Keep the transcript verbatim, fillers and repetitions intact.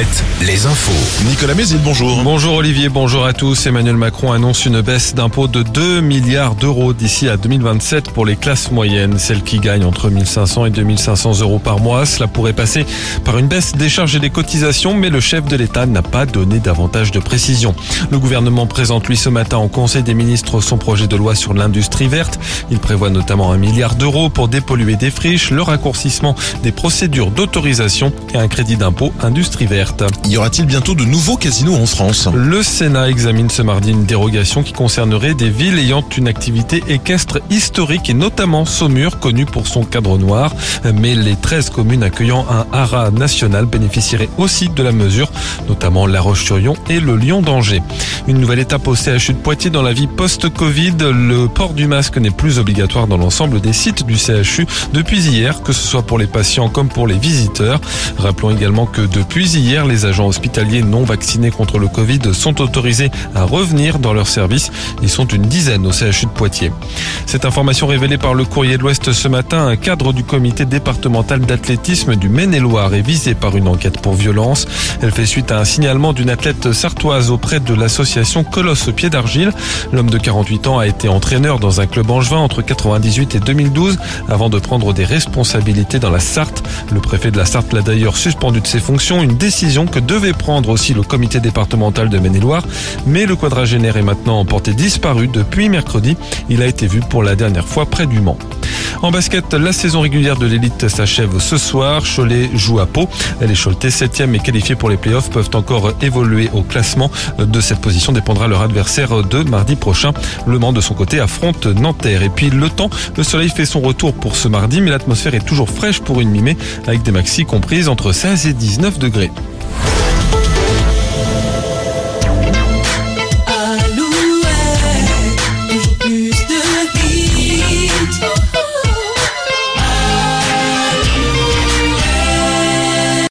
sept, les infos. Nicolas Mézil, bonjour. Bonjour Olivier, bonjour à tous. Emmanuel Macron annonce une baisse d'impôt de deux milliards d'euros d'ici à deux mille vingt-sept pour les classes moyennes, celles qui gagnent entre mille cinq cents et deux mille cinq cents euros par mois. Cela pourrait passer par une baisse des charges et des cotisations, mais le chef de l'État n'a pas donné davantage de précision. Le gouvernement présente lui ce matin au Conseil des ministres son projet de loi sur l'industrie verte. Il prévoit notamment un milliard d'euros pour dépolluer des friches, le raccourcissement des procédures d'autorisation et un crédit d'impôt industrie verte. Y aura-t-il bientôt de nouveaux casinos en France ? Le Sénat examine ce mardi une dérogation qui concernerait des villes ayant une activité équestre historique et notamment Saumur, connu pour son cadre noir. Mais les treize communes accueillant un haras national bénéficieraient aussi de la mesure, notamment La Roche-sur-Yon et le Lion d'Angers. Une nouvelle étape au C H U de Poitiers dans la vie post-Covid. Le port du masque n'est plus obligatoire dans l'ensemble des sites du C H U depuis hier, que ce soit pour les patients comme pour les visiteurs. Rappelons également que depuis hier, les agents hospitaliers non vaccinés contre le Covid sont autorisés à revenir dans leur service. Ils sont une dizaine au C H U de Poitiers. Cette information révélée par le Courrier de l'Ouest ce matin, un cadre du comité départemental d'athlétisme du Maine-et-Loire est visé par une enquête pour violence. Elle fait suite à un signalement d'une athlète sartoise auprès de l'association Colosse Pied d'Argile. L'homme de quarante-huit ans a été entraîneur dans un club angevin entre quatre-vingt-dix-huit et deux mille douze avant de prendre des responsabilités dans la Sarthe. Le préfet de la Sarthe l'a d'ailleurs suspendu de ses fonctions, une décision que devait prendre aussi le comité départemental de Maine-et-Loire. Mais le quadragénaire est maintenant porté disparu depuis mercredi. Il a été vu pour la dernière fois près du Mans. En basket, la saison régulière de l'élite s'achève ce soir. Cholet joue à Pau. Les Choletais, septième et qualifiés pour les playoffs, peuvent encore évoluer au classement. De cette position dépendra leur adversaire de mardi prochain. Le Mans, de son côté, affronte Nanterre. Et puis le temps, le soleil fait son retour pour ce mardi, mais l'atmosphère est toujours fraîche pour une mi-mai, avec des maxis comprises entre seize et dix-neuf degrés.